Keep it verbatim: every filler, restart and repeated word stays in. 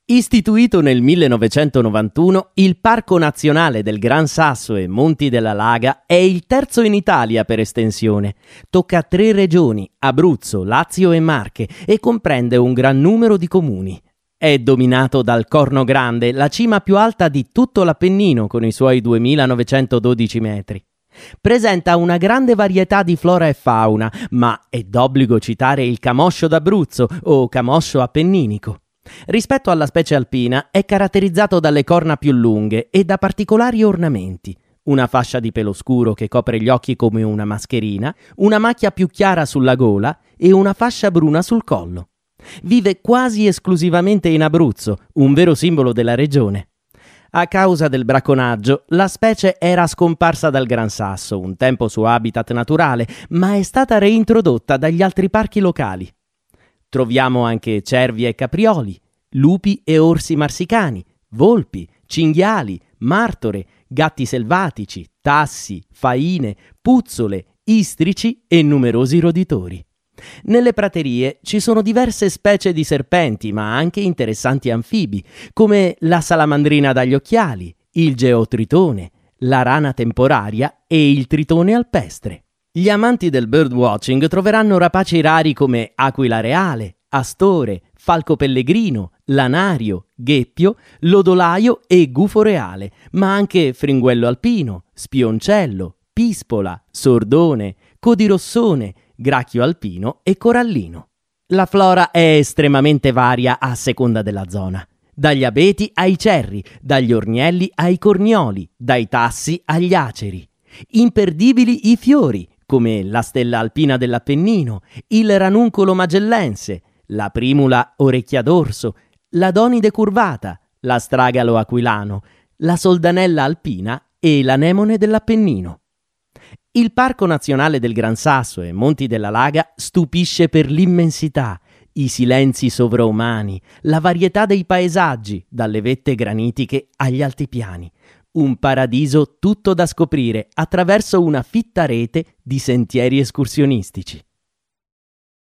Istituito nel millenovecentonovantuno, il Parco Nazionale del Gran Sasso e Monti della Laga è il terzo in Italia per estensione. Tocca tre regioni, Abruzzo, Lazio e Marche, e comprende un gran numero di comuni. È dominato dal Corno Grande, la cima più alta di tutto l'Appennino con i suoi duemilanovecentododici metri. Presenta una grande varietà di flora e fauna, ma è d'obbligo citare il camoscio d'Abruzzo o camoscio appenninico. Rispetto alla specie alpina è caratterizzato dalle corna più lunghe e da particolari ornamenti, una fascia di pelo scuro che copre gli occhi come una mascherina, una macchia più chiara sulla gola e una fascia bruna sul collo. Vive quasi esclusivamente in Abruzzo, un vero simbolo della regione. A causa del bracconaggio, la specie era scomparsa dal Gran Sasso, un tempo suo habitat naturale, ma è stata reintrodotta dagli altri parchi locali. Troviamo anche cervi e caprioli, lupi e orsi marsicani, volpi, cinghiali, martore, gatti selvatici, tassi, faine, puzzole, istrici e numerosi roditori. Nelle praterie ci sono diverse specie di serpenti, ma anche interessanti anfibi, come la salamandrina dagli occhiali, il geotritone, la rana temporaria e il tritone alpestre. Gli amanti del birdwatching troveranno rapaci rari come aquila reale, astore, falco pellegrino, lanario, gheppio, lodolaio e gufo reale, ma anche fringuello alpino, spioncello, pispola, sordone, codirossone, gracchio alpino e corallino. La flora è estremamente varia a seconda della zona. Dagli abeti ai cerri, dagli ornielli ai cornioli, dai tassi agli aceri. Imperdibili i fiori, come la stella alpina dell'Appennino, il ranuncolo magellense, la primula orecchia d'orso, l'adonide curvata, l'astragalo aquilano, la soldanella alpina e l'anemone dell'Appennino. Il Parco Nazionale del Gran Sasso e Monti della Laga stupisce per l'immensità, i silenzi sovraumani, la varietà dei paesaggi, dalle vette granitiche agli altipiani. Un paradiso tutto da scoprire attraverso una fitta rete di sentieri escursionistici.